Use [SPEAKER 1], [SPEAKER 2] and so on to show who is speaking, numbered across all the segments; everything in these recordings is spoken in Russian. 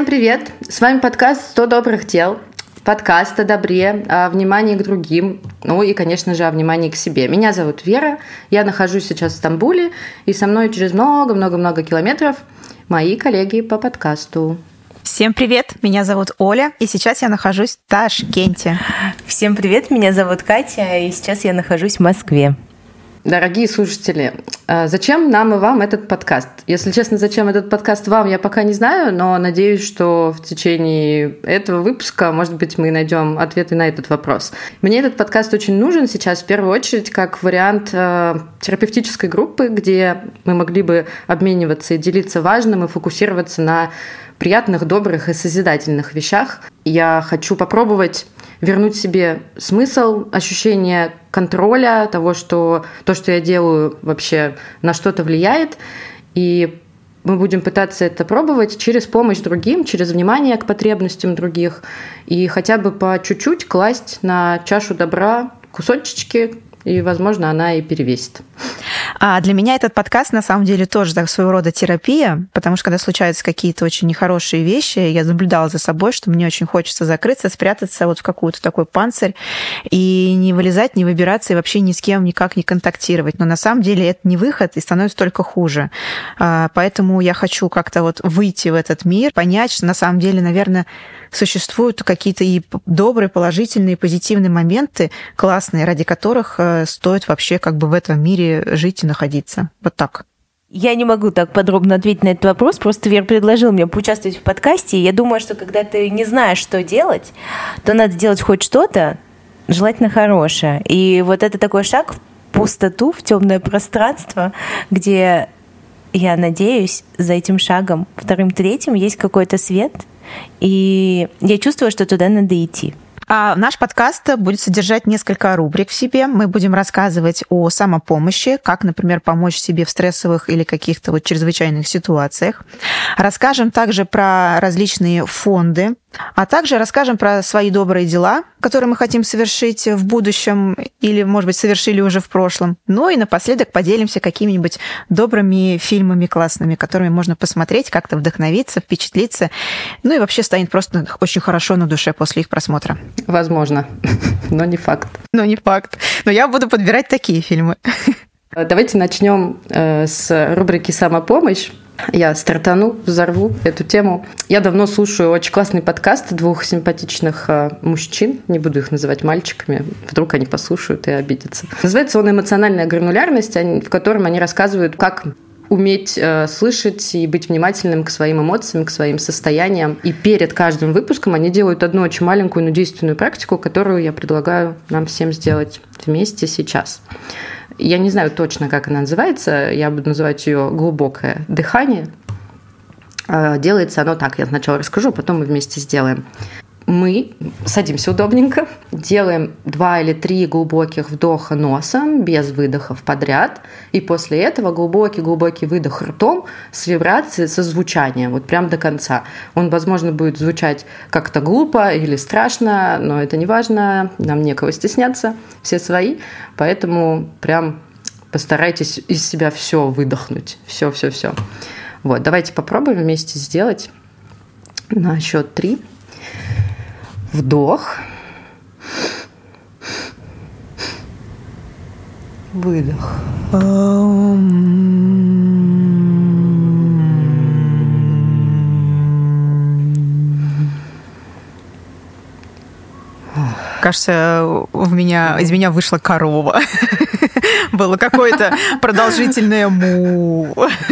[SPEAKER 1] привет! С вами подкаст «100 добрых дел». Подкаст о добре, о внимании к другим, ну и, конечно же, о внимании к себе. Меня зовут Вера, я нахожусь сейчас в Стамбуле, и со мной через много-много-много километров мои коллеги по подкасту.
[SPEAKER 2] Всем привет, меня зовут Оля, и сейчас я нахожусь в Ташкенте.
[SPEAKER 3] Всем привет, меня зовут Катя, и сейчас я нахожусь в Москве.
[SPEAKER 1] Дорогие слушатели, зачем нам и вам этот подкаст? Если честно, зачем этот подкаст вам, я пока не знаю, но надеюсь, что в течение этого выпуска, может быть, мы найдем ответы на этот вопрос. Мне этот подкаст очень нужен сейчас, в первую очередь, как вариант терапевтической группы, где мы могли бы обмениваться и делиться важным, и фокусироваться на приятных, добрых и созидательных вещах. Я хочу попробовать вернуть себе смысл, ощущение контроля того, что то, что я делаю, вообще на что-то влияет. И мы будем пытаться это пробовать через помощь другим, через внимание к потребностям других. И хотя бы по чуть-чуть класть на чашу добра кусочки, и, возможно, она и перевесит.
[SPEAKER 2] А для меня этот подкаст, на самом деле, тоже так своего рода терапия, потому что, когда случаются какие-то очень нехорошие вещи, я наблюдала за собой, что мне очень хочется закрыться, спрятаться вот в какой-то такой панцирь и не вылезать, не выбираться и вообще ни с кем никак не контактировать. Но на самом деле это не выход, и становится только хуже. Поэтому я хочу как-то вот выйти в этот мир, понять, что на самом деле, наверное, существуют какие-то и добрые, положительные, позитивные моменты, классные, ради которых стоит вообще как бы в этом мире жить и находиться. Вот так.
[SPEAKER 3] Я не могу так подробно ответить на этот вопрос, просто Вер предложил мне поучаствовать в подкасте, и я думаю, что когда ты не знаешь, что делать, то надо делать хоть что-то, желательно хорошее. И вот это такой шаг в пустоту, в темное пространство, где, я надеюсь, за этим шагом, вторым, третьим, есть какой-то свет, и я чувствую, что туда надо идти.
[SPEAKER 2] А наш подкаст будет содержать несколько рубрик в себе. Мы будем рассказывать о самопомощи, как, например, помочь себе в стрессовых или каких-то вот чрезвычайных ситуациях. Расскажем также про различные фонды, а также расскажем про свои добрые дела, которые мы хотим совершить в будущем или, может быть, совершили уже в прошлом. Ну и напоследок поделимся какими-нибудь добрыми фильмами классными, которыми можно посмотреть, как-то вдохновиться, впечатлиться. Ну и вообще станет просто очень хорошо на душе после их просмотра.
[SPEAKER 1] Возможно, но не факт.
[SPEAKER 2] Но не факт. Но я буду подбирать такие фильмы.
[SPEAKER 1] Давайте начнем с рубрики «Самопомощь». Я стартану, взорву эту тему. Я давно слушаю очень классный подкаст двух симпатичных мужчин, не буду их называть мальчиками, вдруг они послушают и обидятся. Называется он «Эмоциональная гранулярность», в котором они рассказывают, как уметь слышать и быть внимательным к своим эмоциям, к своим состояниям. И перед каждым выпуском они делают одну очень маленькую, но действенную практику, которую я предлагаю нам всем сделать вместе сейчас. Я не знаю точно, как она называется, я буду называть ее «глубокое дыхание». Делается оно так, я сначала расскажу, а потом мы вместе сделаем. Мы садимся удобненько, делаем 2 или 3 глубоких вдоха носом, без выдохов подряд, и после этого глубокий-глубокий выдох ртом с вибрацией, со звучанием, вот прям до конца. Он, возможно, будет звучать как-то глупо или страшно, но это не важно, нам некого стесняться, все свои, поэтому прям постарайтесь из себя все выдохнуть, все. Вот, давайте попробуем вместе сделать на счет 3. Вдох. Выдох.
[SPEAKER 2] Кажется, из меня вышла корова. Было какое-то продолжительное му.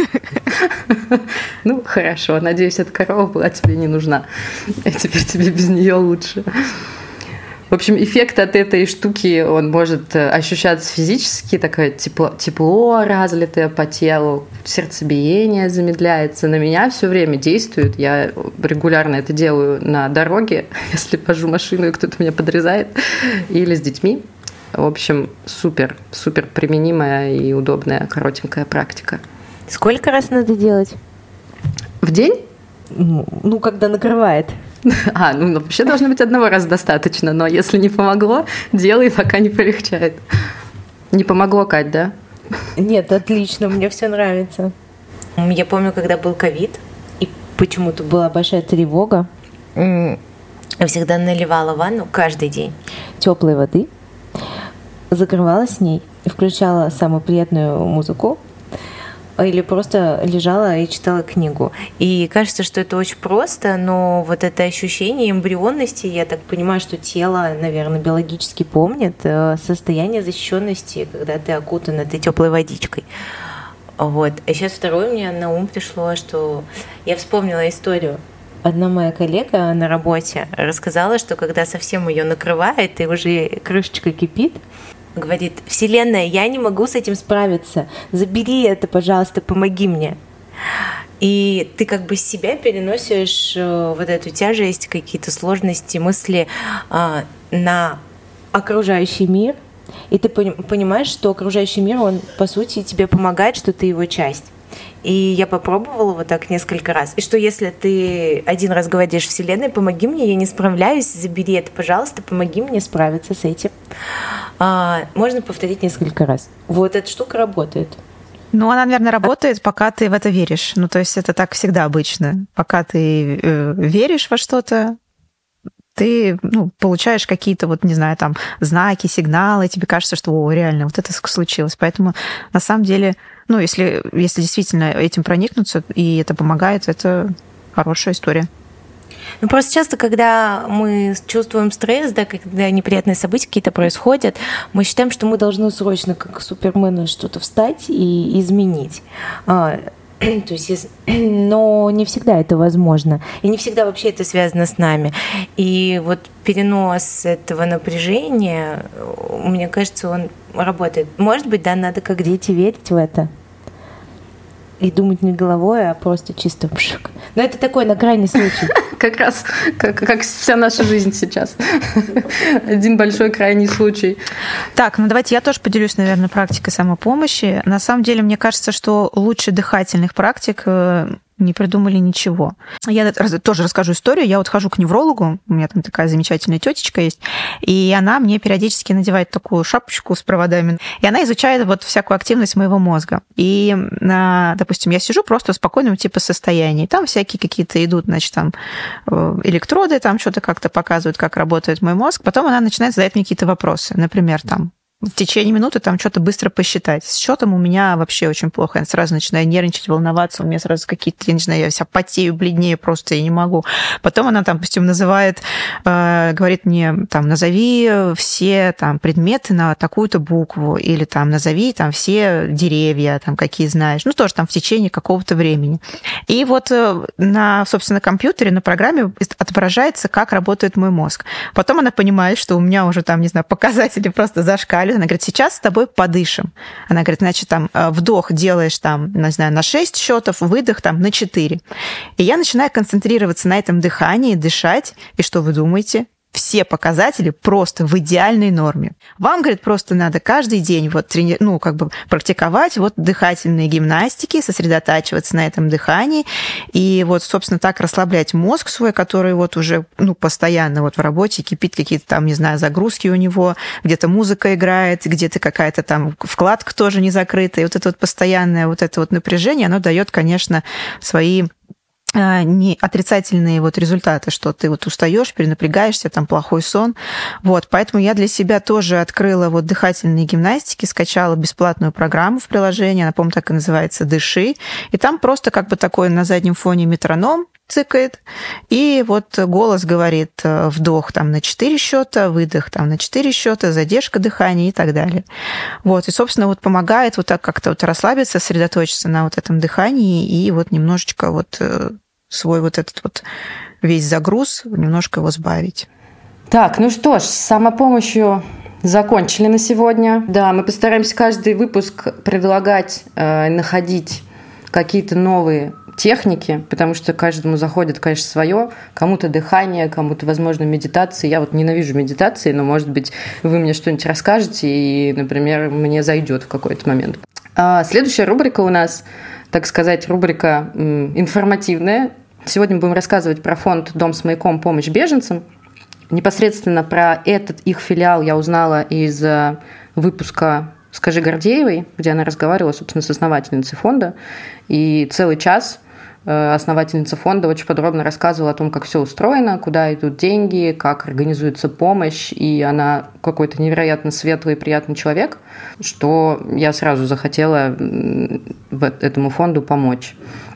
[SPEAKER 1] Ну, хорошо. Надеюсь, эта корова была тебе не нужна. А теперь тебе без нее лучше. В общем, эффект от этой штуки, он может ощущаться физически, такое тепло разлитое по телу, сердцебиение замедляется. На меня все время действует. Я регулярно это делаю на дороге, если вожу машину, и кто-то меня подрезает, или с детьми. В общем, супер применимая и удобная коротенькая практика.
[SPEAKER 3] Сколько раз надо делать?
[SPEAKER 1] В день?
[SPEAKER 3] Ну, когда накрывает.
[SPEAKER 1] Вообще должно быть одного раза достаточно, но если не помогло, делай, пока не полегчает. Не помогло, Кать, да?
[SPEAKER 3] Нет, отлично, мне все нравится. Я помню, когда был ковид, и почему-то была большая тревога. Я всегда наливала ванну каждый день теплой воды, закрывала с ней, включала самую приятную музыку или просто лежала и читала книгу. И кажется, что это очень просто, но вот это ощущение эмбрионности, я так понимаю, что тело, наверное, биологически помнит состояние защищенности, когда ты окутан этой теплой водичкой. Вот. А сейчас второе мне на ум пришло, что я вспомнила историю. Одна моя коллега на работе рассказала, что когда совсем ее накрывает и уже крышечка кипит, говорит: «Вселенная, я не могу с этим справиться, забери это, пожалуйста, помоги мне». И ты как бы с себя переносишь вот эту тяжесть, какие-то сложности, мысли на окружающий мир, и ты понимаешь, что окружающий мир, он, по сути, тебе помогает, что ты его часть. И я попробовала вот так несколько раз. И что если ты один раз говоришь: «Вселенная, помоги мне, я не справляюсь, забери это, пожалуйста, помоги мне справиться с этим», можно повторить несколько раз. Вот эта штука работает.
[SPEAKER 2] Ну, она, наверное, работает, пока ты в это веришь. Ну, то есть это так всегда обычно. Пока ты веришь во что-то, ты получаешь какие-то, вот, не знаю, там, знаки, сигналы, тебе кажется, что реально, вот это случилось. Поэтому, на самом деле, если действительно этим проникнуться, и это помогает, это хорошая история.
[SPEAKER 3] Просто часто, когда мы чувствуем стресс, да, когда неприятные события какие-то происходят, мы считаем, что мы должны срочно, как супермены, что-то встать и изменить. То есть, но не всегда это возможно. И не всегда вообще это связано с нами. И вот перенос этого напряжения, мне кажется, он работает. Может быть, да, надо как дети верить в это. И думать не головой, а просто чисто пшик. Но это такой на крайний случай.
[SPEAKER 1] Как раз, как вся наша жизнь сейчас. Один большой крайний случай.
[SPEAKER 2] Так, давайте я тоже поделюсь, наверное, практикой самопомощи. На самом деле, мне кажется, что лучше дыхательных практик не придумали ничего. Я тоже расскажу историю. Я вот хожу к неврологу, у меня там такая замечательная тетечка есть, и она мне периодически надевает такую шапочку с проводами, и она изучает вот всякую активность моего мозга. И, допустим, я сижу просто в спокойном типа состоянии, там всякие какие-то идут, значит, там электроды, там что-то как-то показывают, как работает мой мозг. Потом она начинает задавать мне какие-то вопросы. Например, там, в течение минуты там что-то быстро посчитать. С счетом у меня вообще очень плохо. Я сразу начинаю нервничать, волноваться. У меня сразу какие-то, я не знаю, я вся потею, бледнее просто, я не могу. Потом она там, допустим, называет, говорит мне, там, назови все там предметы на такую-то букву, или там назови там все деревья, там, какие знаешь. Тоже там в течение какого-то времени. И вот на, собственно, компьютере, на программе отображается, как работает мой мозг. Потом она понимает, что у меня уже там, не знаю, показатели просто зашкаливают. Она говорит: сейчас с тобой подышим. Она говорит: значит, там вдох делаешь там, не знаю, на 6 счетов, выдох там на 4. И я начинаю концентрироваться на этом дыхании, дышать. И что вы думаете? Все показатели просто в идеальной норме. Вам, говорит, просто надо каждый день вот практиковать вот дыхательные гимнастики, сосредотачиваться на этом дыхании и вот, собственно, так расслаблять мозг свой, который вот уже постоянно вот в работе кипит, какие-то там, не знаю, загрузки у него, где-то музыка играет, где-то какая-то там вкладка тоже не закрыта. И вот это вот постоянное вот это вот напряжение, оно дает, конечно, свои не отрицательные вот результаты, что ты вот устаешь, перенапрягаешься, там плохой сон. Вот, поэтому я для себя тоже открыла вот дыхательные гимнастики, скачала бесплатную программу в приложении, она, по-моему, так и называется «Дыши», и там просто как бы такой на заднем фоне метроном цикает, и вот голос говорит: вдох там на 4 счета, выдох там на 4 счета, задержка дыхания и так далее. Вот, и, собственно, вот помогает вот так как-то вот расслабиться, сосредоточиться на вот этом дыхании и вот немножечко вот свой вот этот вот весь загруз, немножко его сбавить.
[SPEAKER 1] Так, что ж, с самопомощью закончили на сегодня. Да, мы постараемся каждый выпуск предлагать, находить какие-то новые техники, потому что каждому заходит, конечно, свое. Кому-то дыхание, кому-то, возможно, медитации. Я вот ненавижу медитации, но, может быть, вы мне что-нибудь расскажете, и, например, мне зайдет в какой-то момент. Следующая рубрика у нас, так сказать, рубрика информативная. Сегодня мы будем рассказывать про фонд «Дом с маяком. Помощь беженцам». Непосредственно про этот их филиал я узнала из выпуска «Скажи Гордеевой», где она разговаривала, собственно, с основательницей фонда. И целый час основательница фонда, очень подробно рассказывала о том, как все устроено, куда идут деньги, как организуется помощь, и она какой-то невероятно светлый и приятный человек, что я сразу захотела этому фонду помочь.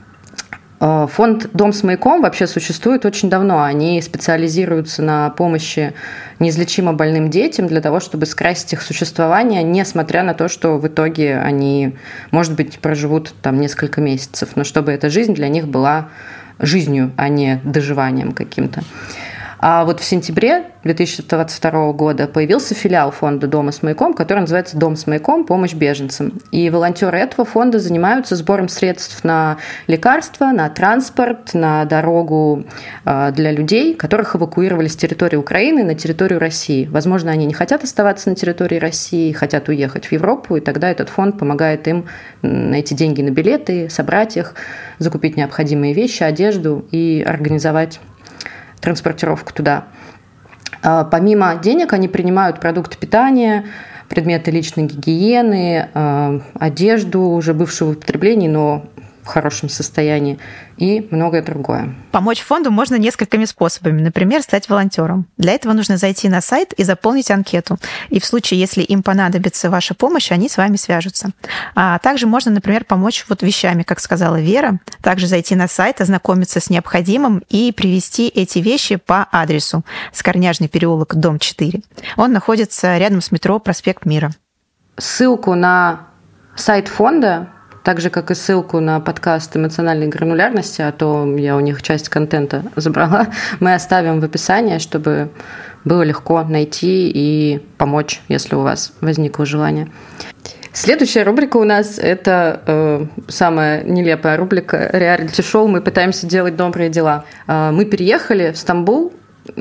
[SPEAKER 1] Фонд «Дом с маяком» вообще существует очень давно. Они специализируются на помощи неизлечимо больным детям для того, чтобы скрасить их существование, несмотря на то, что в итоге они, может быть, проживут там несколько месяцев, но чтобы эта жизнь для них была жизнью, а не доживанием каким-то. А вот в сентябре 2022 года появился филиал фонда «Дома с маяком», который называется «Дом с маяком. Помощь беженцам». И волонтеры этого фонда занимаются сбором средств на лекарства, на транспорт, на дорогу для людей, которых эвакуировали с территории Украины на территорию России. Возможно, они не хотят оставаться на территории России, хотят уехать в Европу, и тогда этот фонд помогает им найти деньги на билеты, собрать их, закупить необходимые вещи, одежду и организовать транспортировку туда. Помимо денег они принимают продукты питания, предметы личной гигиены, одежду, уже бывшую в употреблении, но в хорошем состоянии, и многое другое.
[SPEAKER 2] Помочь фонду можно несколькими способами. Например, стать волонтером. Для этого нужно зайти на сайт и заполнить анкету. И в случае, если им понадобится ваша помощь, они с вами свяжутся. А также можно, например, помочь вещами, как сказала Вера. Также зайти на сайт, ознакомиться с необходимым и привезти эти вещи по адресу Скорняжный переулок, дом 4. Он находится рядом с метро Проспект Мира.
[SPEAKER 1] Ссылку на сайт фонда, так же, как и ссылку на подкаст «Эмоциональной гранулярности», а то я у них часть контента забрала, мы оставим в описании, чтобы было легко найти и помочь, если у вас возникло желание. Следующая рубрика у нас – это самая нелепая рубрика «Реалити-шоу». Мы пытаемся делать добрые дела. Мы переехали в Стамбул,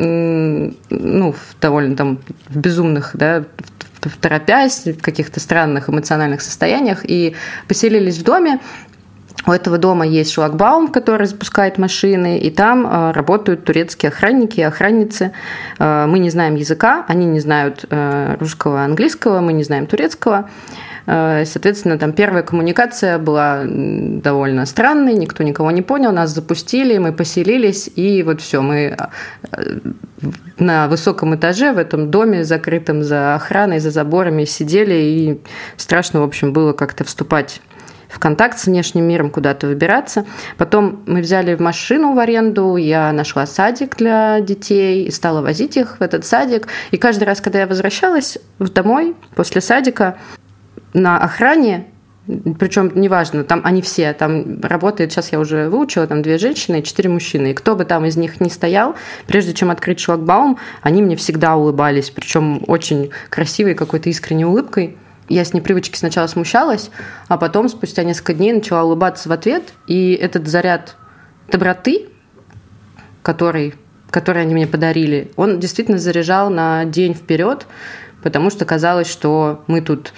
[SPEAKER 1] в довольно там в безумных, торопясь, в каких-то странных эмоциональных состояниях, и поселились в доме. У этого дома есть шлагбаум, который запускает машины, и там работают турецкие охранники и охранницы. Мы не знаем языка, они не знают русского, английского, мы не знаем турецкого. Соответственно, там первая коммуникация была довольно странной, никто никого не понял, нас запустили, мы поселились, и вот все, мы на высоком этаже в этом доме, закрытом за охраной, за заборами, сидели, и страшно, в общем, было как-то вступать в контакт с внешним миром, куда-то выбираться. Потом мы взяли машину в аренду, я нашла садик для детей и стала возить их в этот садик. И каждый раз, когда я возвращалась домой после садика, на охране, причем неважно, там они все, там работает, сейчас я уже выучила, там 2 женщины и 4 мужчины. И кто бы там из них ни стоял, прежде чем открыть шлагбаум, они мне всегда улыбались, причем очень красивой какой-то искренней улыбкой. Я с непривычки сначала смущалась, а потом спустя несколько дней начала улыбаться в ответ. И этот заряд доброты, который они мне подарили, он действительно заряжал на день вперед, потому что казалось, что мы тут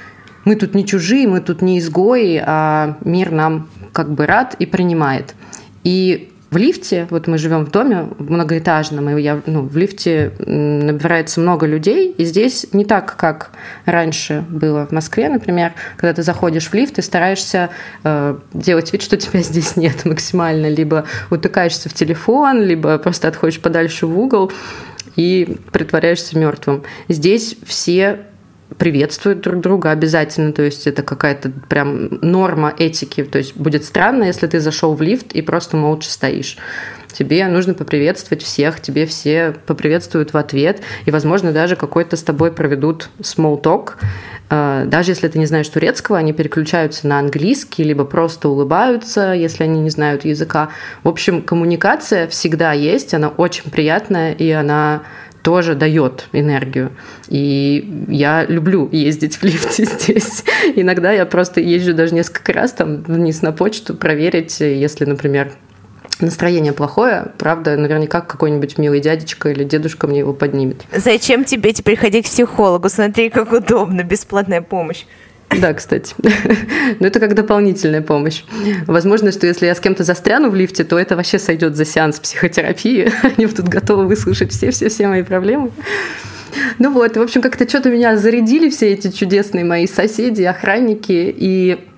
[SPEAKER 1] не чужие, мы тут не изгои, а мир нам как бы рад и принимает. И в лифте, вот мы живем в доме многоэтажном, и в лифте набирается много людей, и здесь не так, как раньше было в Москве, например, когда ты заходишь в лифт и стараешься делать вид, что тебя здесь нет максимально, либо утыкаешься в телефон, либо просто отходишь подальше в угол и притворяешься мертвым. Здесь все приветствуют друг друга обязательно, то есть это какая-то прям норма этики, то есть будет странно, если ты зашел в лифт и просто молча стоишь. Тебе нужно поприветствовать всех, тебе все поприветствуют в ответ, и, возможно, даже какой-то с тобой проведут small talk. Даже если ты не знаешь турецкого, они переключаются на английский, либо просто улыбаются, если они не знают языка. В общем, коммуникация всегда есть, она очень приятная, и она тоже дает энергию. И я люблю ездить в лифте здесь. Иногда я просто езжу даже несколько раз там вниз на почту проверить, если, например, настроение плохое, правда, наверняка какой-нибудь милый дядечка или дедушка мне его поднимет.
[SPEAKER 3] Зачем тебе теперь ходить к психологу? Смотри, как удобно, бесплатная помощь.
[SPEAKER 1] Да, кстати. Но это как дополнительная помощь. Возможно, что если я с кем-то застряну в лифте, то это вообще сойдет за сеанс психотерапии. Они тут готовы выслушать все мои проблемы. Ну вот, в общем, как-то что-то меня зарядили все эти чудесные мои соседи, охранники. И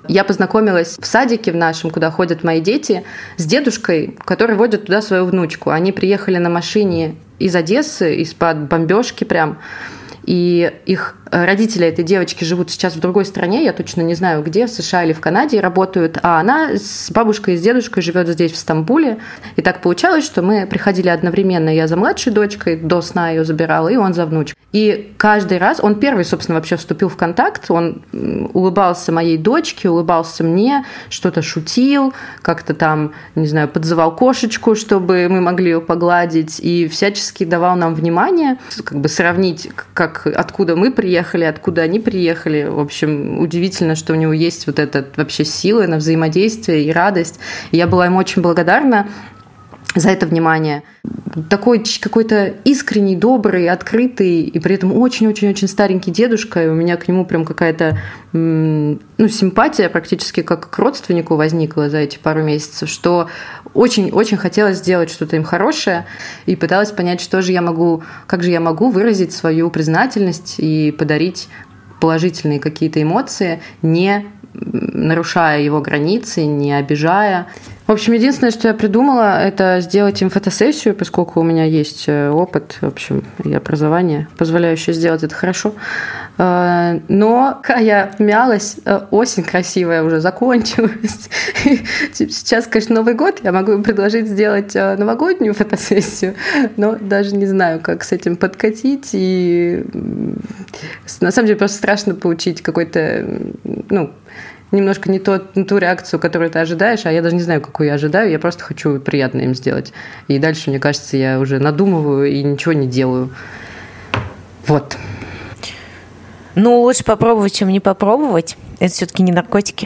[SPEAKER 1] Я познакомилась в садике в нашем, куда ходят мои дети, с дедушкой, который водит туда свою внучку. Они приехали на машине из Одессы, из-под бомбежки прям. И их родители этой девочки живут сейчас в другой стране, я точно не знаю где, в США или в Канаде, работают, а она с бабушкой и с дедушкой живет здесь, в Стамбуле. И так получалось, что мы приходили одновременно, я за младшей дочкой, до сна ее забирала, и он за внучкой. И каждый раз, он первый, собственно, вообще вступил в контакт, он улыбался моей дочке, улыбался мне, что-то шутил, как-то там, не знаю, подзывал кошечку, чтобы мы могли ее погладить, и всячески давал нам внимание, как бы сравнить, откуда мы приехали, откуда они приехали. В общем, удивительно, что у него есть вот эта вообще сила на взаимодействие и радость. И я была ему очень благодарна за это внимание. Такой какой-то искренний, добрый, открытый и при этом очень-очень-очень старенький дедушка. И у меня к нему прям какая-то симпатия практически как к родственнику возникла за эти пару месяцев, что очень-очень хотелось сделать что-то им хорошее и пыталась понять, как же я могу выразить свою признательность и подарить положительные какие-то эмоции, не нарушая его границы, не обижая. В общем, единственное, что я придумала, это сделать им фотосессию, поскольку у меня есть опыт, в общем, и образование, позволяющее сделать это хорошо. Но я мялась, осень красивая уже закончилась. Сейчас, конечно, Новый год, я могу им предложить сделать новогоднюю фотосессию, но даже не знаю, как с этим подкатить. И на самом деле просто страшно получить какой-то, немножко не ту реакцию, которую ты ожидаешь, а я даже не знаю, какую я ожидаю, я просто хочу приятно им сделать. И дальше, мне кажется, я уже надумываю и ничего не делаю. Вот.
[SPEAKER 3] Лучше попробовать, чем не попробовать. Это все-таки не наркотики.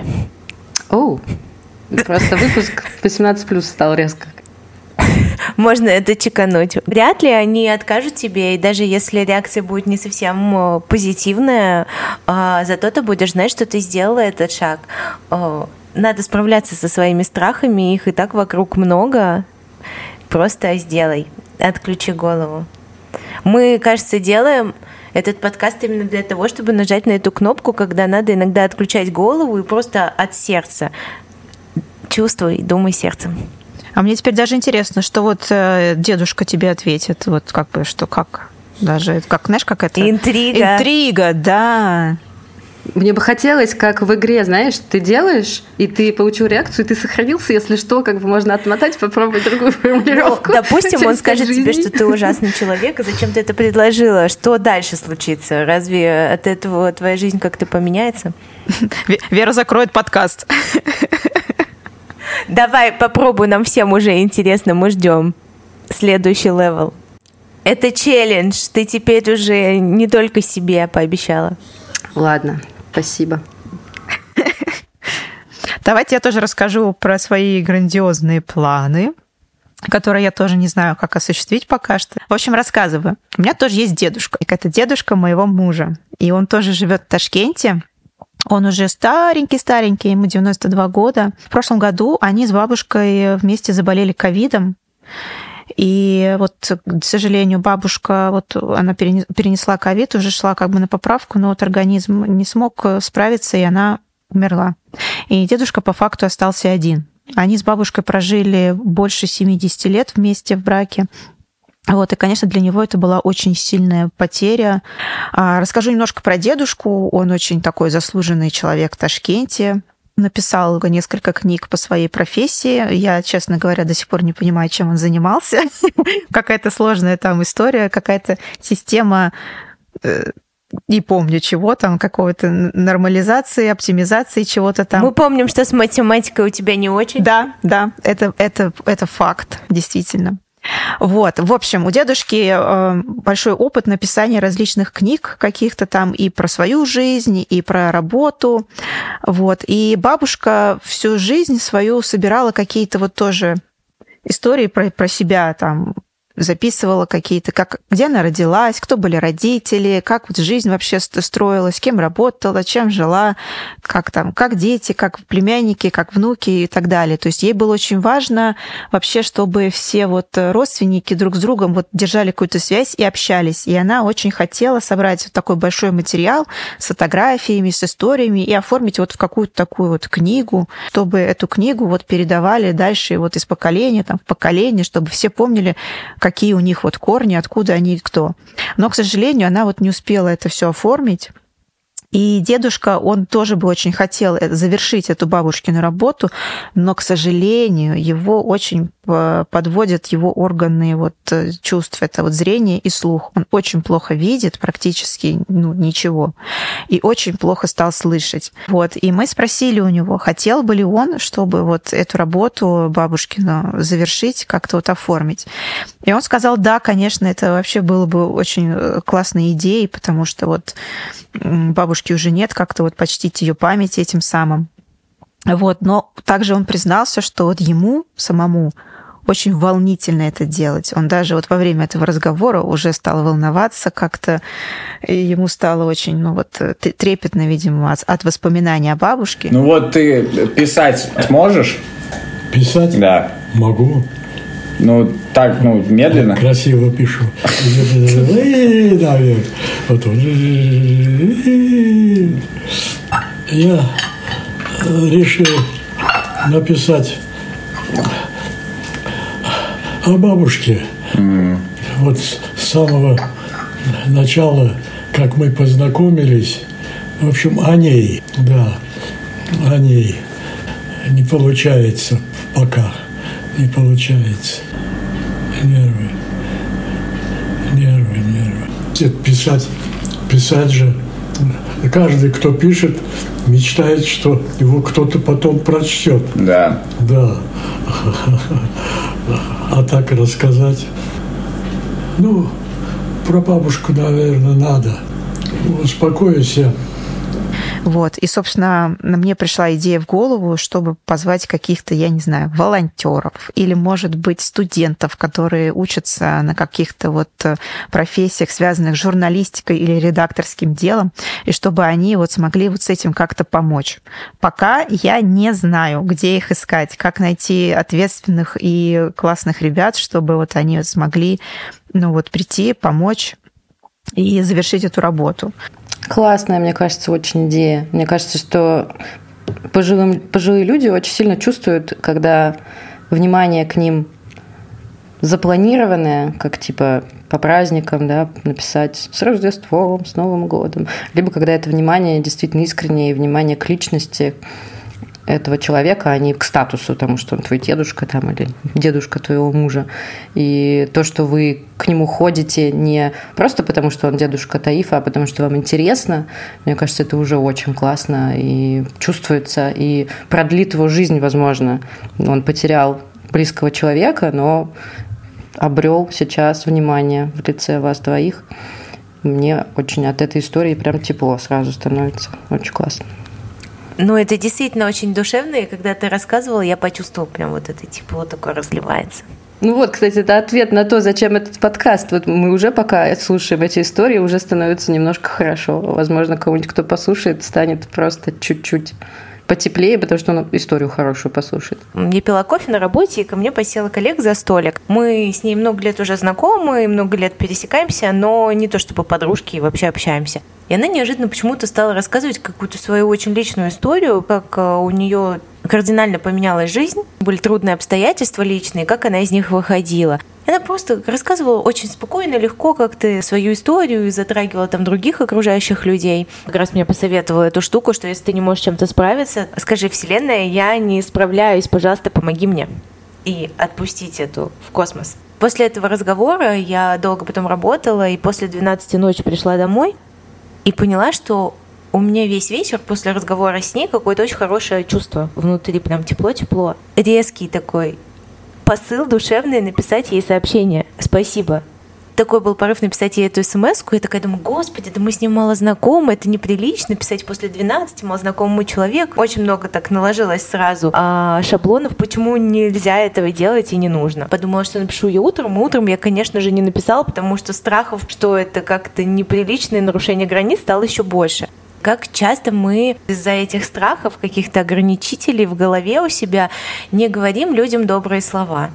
[SPEAKER 1] Просто выпуск 18+ стал резко.
[SPEAKER 3] Можно это чекануть. Вряд ли они откажут тебе, и даже если реакция будет не совсем позитивная, зато ты будешь знать, что ты сделала этот шаг. Надо справляться со своими страхами, их и так вокруг много. Просто сделай, отключи голову. Мы, кажется, делаем этот подкаст именно для того, чтобы нажать на эту кнопку, когда надо иногда отключать голову и просто от сердца. Чувствуй, думай сердцем.
[SPEAKER 2] А мне теперь даже интересно, что вот дедушка тебе ответит, вот как даже, знаешь, как это? Интрига, да.
[SPEAKER 1] Мне бы хотелось, как в игре, знаешь, ты делаешь, и ты получил реакцию, и ты сохранился, если что, можно отмотать, попробовать другую формулировку.
[SPEAKER 3] Допустим, он скажет тебе, что ты ужасный человек, и зачем ты это предложила? Что дальше случится? Разве от этого твоя жизнь как-то поменяется?
[SPEAKER 2] Вера закроет подкаст.
[SPEAKER 3] Давай, попробуй, нам всем уже интересно, мы ждем. Следующий левел. Это челлендж, ты теперь уже не только себе пообещала.
[SPEAKER 1] Ладно, спасибо.
[SPEAKER 2] Давайте я тоже расскажу про свои грандиозные планы, которые я тоже не знаю, как осуществить пока что. В общем, рассказываю. У меня тоже есть дедушка. Это дедушка моего мужа. И он тоже живет в Ташкенте. Он уже старенький, ему 92 года. В прошлом году они с бабушкой вместе заболели ковидом. И вот, к сожалению, бабушка, она перенесла ковид, уже шла на поправку, но организм не смог справиться, и она умерла. И дедушка по факту остался один. Они с бабушкой прожили больше 70 лет вместе в браке. И, конечно, для него это была очень сильная потеря. Расскажу немножко про дедушку. Он очень такой заслуженный человек в Ташкенте. Написал несколько книг по своей профессии. Я, честно говоря, до сих пор не понимаю, чем он занимался. Какая-то сложная там история, какая-то система, не помню чего там, какой-то нормализации, оптимизации чего-то там.
[SPEAKER 3] Мы помним, что с математикой у тебя не очень.
[SPEAKER 2] Да, это факт, действительно. В общем, у дедушки большой опыт написания различных книг каких-то там и про свою жизнь, и про работу. И бабушка всю жизнь свою собирала какие-то тоже истории про себя там. записывала какие-то, где она родилась, кто были родители, как вот жизнь вообще строилась, кем работала, чем жила, как дети, как племянники, как внуки и так далее. То есть ей было очень важно вообще, чтобы все вот родственники друг с другом вот держали какую-то связь и общались. И она очень хотела собрать вот такой большой материал с фотографиями, с историями и оформить вот в какую-то такую вот книгу, чтобы эту книгу вот передавали дальше вот из поколения в поколение, чтобы все помнили, какие у них вот корни, откуда они и кто. Но, к сожалению, она вот не успела это все оформить. И дедушка, он тоже бы очень хотел завершить эту бабушкину работу, но, к сожалению, его очень подводят его органы вот чувств. Это вот зрение и слух. Он очень плохо видит, практически ничего. И очень плохо стал слышать. Вот. И мы спросили у него, хотел бы ли он, чтобы вот эту работу бабушкину завершить, как-то вот оформить. И он сказал, да, конечно, это вообще было бы очень классной идеей, потому что вот бабушки уже нет, как-то вот почтить ее память этим самым. Вот. Но также он признался, что вот ему самому очень волнительно это делать. Он даже вот во время этого разговора уже стал волноваться как-то, и ему стало очень, трепетно, видимо, от воспоминаний о бабушке.
[SPEAKER 4] Ну вот ты писать сможешь?
[SPEAKER 5] Писать?
[SPEAKER 4] Да.
[SPEAKER 5] Могу.
[SPEAKER 4] Ну, так, медленно.
[SPEAKER 5] Красиво пишу. Потом. Я решил написать о бабушке. Вот с самого начала, как мы познакомились, в общем, о ней, да, о ней. Не получается пока, не получается. Нервы. Писать же. Каждый, кто пишет, мечтает, что его кто-то потом прочтет.
[SPEAKER 4] Да.
[SPEAKER 5] Да. А так рассказать. Про бабушку, наверное, надо. Успокоюсь я.
[SPEAKER 2] Вот. И, собственно, мне пришла идея в голову, чтобы позвать каких-то, я не знаю, волонтеров или, может быть, студентов, которые учатся на каких-то вот профессиях, связанных с журналистикой или редакторским делом, и чтобы они вот смогли вот с этим как-то помочь. Пока я не знаю, где их искать, как найти ответственных и классных ребят, чтобы вот они смогли, прийти, помочь и завершить эту работу.
[SPEAKER 1] Классная, мне кажется, очень идея. Мне кажется, что пожилые люди очень сильно чувствуют, когда внимание к ним запланированное, как типа по праздникам, да, написать с Рождеством, с Новым годом, либо когда это внимание действительно искреннее, и внимание к личности этого человека, а не к статусу, потому что он твой дедушка там, или дедушка твоего мужа. И то, что вы к нему ходите не просто потому, что он дедушка Таифа, а потому что вам интересно, мне кажется, это уже очень классно и чувствуется, и продлит его жизнь, возможно. Он потерял близкого человека, но обрел сейчас внимание в лице вас двоих. Мне очень от этой истории прям тепло сразу становится. Очень классно.
[SPEAKER 3] Это действительно очень душевно, и когда ты рассказывала, я почувствовала прям вот это тепло такое разливается.
[SPEAKER 1] Кстати, это ответ на то, зачем этот подкаст. Вот мы уже пока слушаем эти истории, уже становится немножко хорошо. Возможно, кому-нибудь, кто послушает, станет просто чуть-чуть потеплее, потому что он историю хорошую послушает.
[SPEAKER 3] Я пила кофе на работе, и ко мне посела коллега за столик. Мы с ней много лет уже знакомы, много лет пересекаемся, но не то чтобы подружки, и вообще общаемся. И она неожиданно почему-то стала рассказывать какую-то свою очень личную историю, как у нее кардинально поменялась жизнь, были трудные обстоятельства личные, как она из них выходила. Она просто рассказывала очень спокойно, легко как-то свою историю и затрагивала там других окружающих людей. Как раз мне посоветовала эту штуку, что если ты не можешь с чем-то справиться, скажи: Вселенная, я не справляюсь, пожалуйста, помоги мне. И отпустить эту в космос. После этого разговора я долго потом работала, и после 12 ночи пришла домой и поняла, что у меня весь вечер после разговора с ней какое-то очень хорошее чувство внутри, прям тепло-тепло. Резкий такой посыл душевный написать ей сообщение. Спасибо. такой был порыв написать ей эту смс-ку, я такая думаю, господи, да мы с ним мало знакомы, это неприлично писать после 12 малознакомому человеку. Очень много так наложилось сразу шаблонов, почему нельзя этого делать и не нужно. Подумала, что напишу ей утром, и утром я, конечно же, не написала, потому что страхов, что это как-то неприличное нарушение границ, стало еще больше. Как часто мы из-за этих страхов, каких-то ограничителей в голове у себя не говорим людям добрые слова.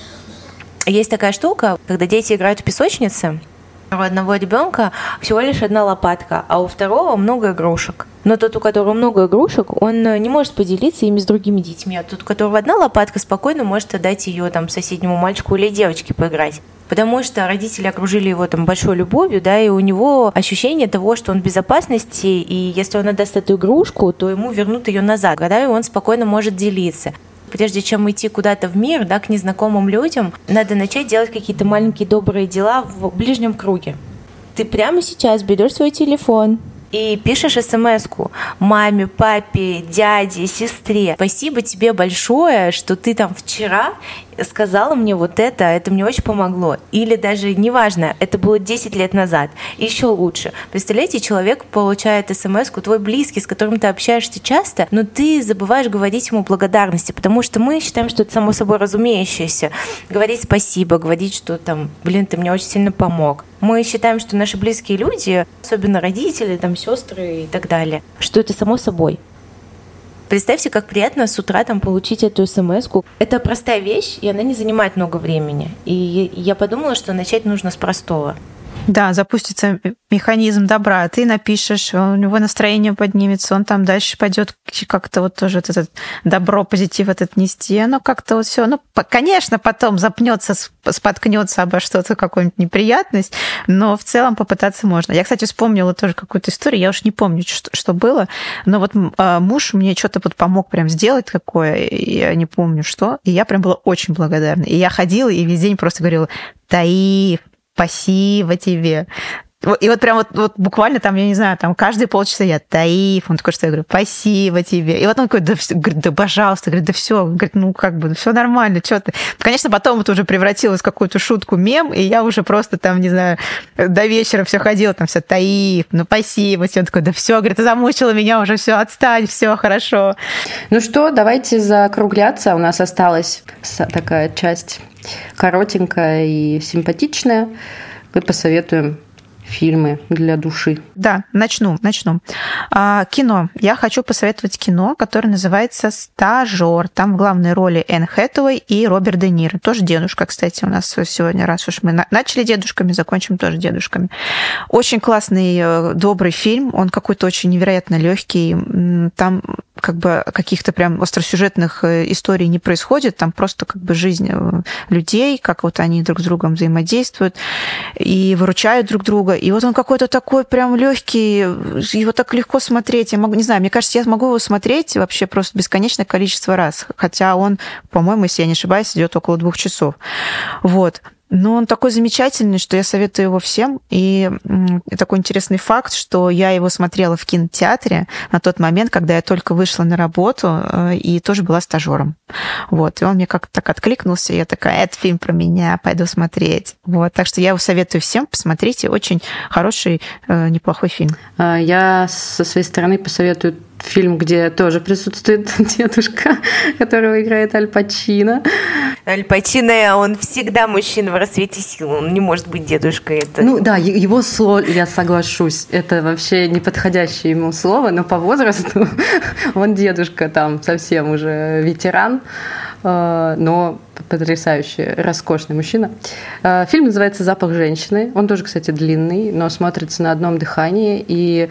[SPEAKER 3] Есть такая штука, когда дети играют в песочнице, у одного ребенка всего лишь одна лопатка, а у второго много игрушек. Но тот, у которого много игрушек, он не может поделиться ими с другими детьми, а тот, у которого одна лопатка, спокойно может отдать ее там соседнему мальчику или девочке поиграть. Потому что родители окружили его там большой любовью, да, и у него ощущение того, что он в безопасности, и если он отдаст эту игрушку, то ему вернут ее назад, да, и он спокойно может делиться. Прежде чем идти куда-то в мир, да, к незнакомым людям, надо начать делать какие-то маленькие добрые дела в ближнем круге. Ты прямо сейчас берешь свой телефон и пишешь смс-ку маме, папе, дяде, сестре. Спасибо тебе большое, что ты там вчера сказала мне вот это мне очень помогло. Или даже, неважно, это было 10 лет назад, еще лучше. Представляете, человек получает смс-ку, твой близкий, с которым ты общаешься часто, но ты забываешь говорить ему благодарности, потому что мы считаем, что это само собой разумеющееся. Говорить спасибо, говорить, что там, ты мне очень сильно помог. Мы считаем, что наши близкие люди, особенно родители, там, сестры и так далее, что это само собой. Представьте, как приятно с утра там получить эту смс-ку. Это простая вещь, и она не занимает много времени. И я подумала, что начать нужно с простого.
[SPEAKER 2] Да, запустится механизм добра. Ты напишешь, у него настроение поднимется, он там дальше пойдет как-то вот тоже вот этот добро, позитив этот нести. Оно как-то вот все. Ну, конечно, потом запнется, споткнется обо что-то, какую-нибудь неприятность, но в целом попытаться можно. Я, кстати, вспомнила тоже какую-то историю, я уж не помню, что было, но вот муж мне что-то вот помог прям сделать такое, я не помню что, и я прям была очень благодарна. И я ходила и весь день просто говорила: Таиф, спасибо тебе. И вот прям вот буквально там, я не знаю, там каждые полчаса я: Таиф, он такой, что я говорю: спасибо тебе. И вот он такой: да пожалуйста, говорит, да все, говорит, ну как бы, все нормально, что ты. Конечно, потом это уже превратилось в какую-то шутку, мем, и я уже просто там, не знаю, до вечера все ходила, там все: Таиф, ну спасибо. И он такой: да все, говорит, ты замучила меня уже, все, отстань, все хорошо.
[SPEAKER 1] Ну что, давайте закругляться. У нас осталась такая часть коротенькая и симпатичная. Мы посоветуем фильмы для души.
[SPEAKER 2] Да, начну. Кино. Я хочу посоветовать кино, которое называется «Стажер». Там в главной роли Энн Хэтэуэй и Роберт Де Ниро. Тоже дедушка, кстати, у нас сегодня, раз уж мы начали дедушками, закончим тоже дедушками. Очень классный, добрый фильм. Он какой-то очень невероятно легкий. Там как бы каких-то прям остросюжетных историй не происходит. Там просто как бы жизнь людей, как вот они друг с другом взаимодействуют и выручают друг друга. И вот он какой-то такой прям легкий, его так легко смотреть. Я могу, не знаю, мне кажется, я могу его смотреть вообще просто бесконечное количество раз. Хотя он, по-моему, если я не ошибаюсь, идет около 2 часов. Вот. Но он такой замечательный, что я советую его всем. И такой интересный факт, что я его смотрела в кинотеатре на тот момент, когда я только вышла на работу и тоже была стажером. Вот. И он мне как-то так откликнулся, и я такая: это фильм про меня, пойду смотреть. Вот. Так что я его советую всем, посмотрите. Очень хороший, неплохой фильм.
[SPEAKER 1] Я со своей стороны посоветую фильм, где тоже присутствует дедушка, которого играет Аль Пачино.
[SPEAKER 3] Аль Пачино, он всегда мужчина в расцвете сил, он не может быть дедушкой. Это...
[SPEAKER 1] Ну да, его слово, я соглашусь, это вообще неподходящее ему слово, но по возрасту он дедушка, там совсем уже ветеран, но потрясающий, роскошный мужчина. Фильм называется «Запах женщины». Он тоже, кстати, длинный, но смотрится на одном дыхании, и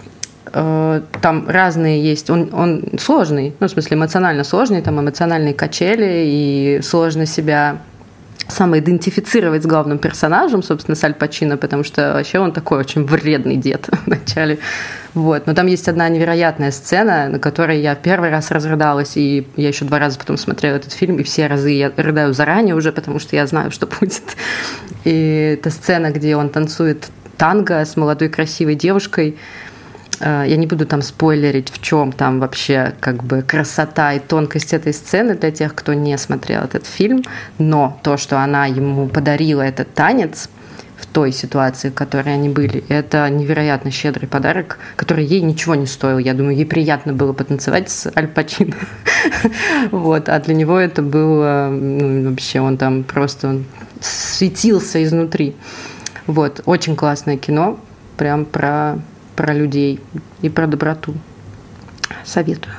[SPEAKER 1] там разные есть, он сложный, ну, в смысле, эмоционально сложный, там эмоциональные качели, и сложно себя самоидентифицировать с главным персонажем, собственно, с Аль Пачино, потому что вообще он такой очень вредный дед в начале. Вот. Но там есть одна невероятная сцена, на которой я первый раз разрыдалась, и я еще 2 раза потом смотрела этот фильм, и все разы я рыдаю заранее уже, потому что я знаю, что будет. И это сцена, где он танцует танго с молодой красивой девушкой. Я не буду там спойлерить, в чем там вообще как бы красота и тонкость этой сцены для тех, кто не смотрел этот фильм, но то, что она ему подарила этот танец, в той ситуации, в которой они были. И это невероятно щедрый подарок, который ей ничего не стоил. Я думаю, ей приятно было потанцевать с Аль Пачино. Вот. А для него это было... вообще он там просто светился изнутри. Вот. Очень классное кино. Прям про людей и про доброту. Советую.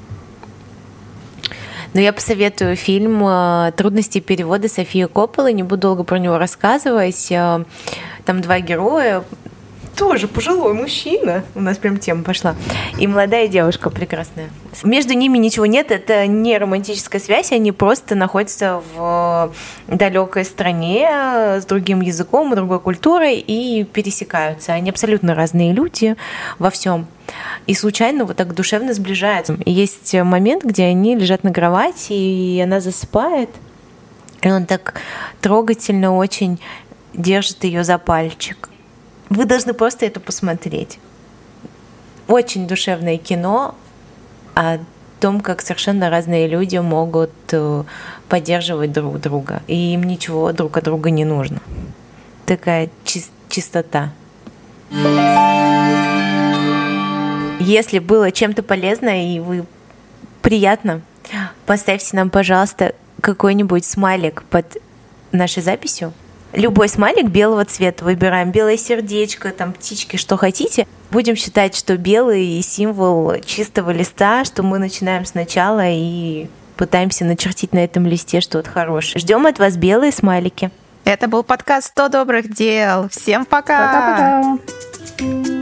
[SPEAKER 3] Но я посоветую фильм «Трудности перевода» Софии Копполы. Не буду долго про него рассказывать. Там два героя. Тоже пожилой мужчина. У нас прям тема пошла. И молодая девушка прекрасная. Между ними ничего нет. Это не романтическая связь. Они просто находятся в далекой стране с другим языком, другой культурой и пересекаются. Они абсолютно разные люди во всем. И случайно вот так душевно сближаются. И есть момент, где они лежат на кровати, и она засыпает. И он так трогательно очень держит ее за пальчик. Вы должны просто это посмотреть. Очень душевное кино о том, как совершенно разные люди могут поддерживать друг друга. И им ничего друг от друга не нужно. Такая чистота. Если было чем-то полезно и вы приятно, поставьте нам, пожалуйста, какой-нибудь смайлик под нашей записью. Любой смайлик белого цвета. Выбираем белое сердечко, там птички, что хотите. Будем считать, что белый символ чистого листа, что мы начинаем сначала и пытаемся начертить на этом листе что-то хорошее. Ждем от вас белые смайлики.
[SPEAKER 2] Это был подкаст «100 добрых дел». Всем пока!
[SPEAKER 1] Пока-пока!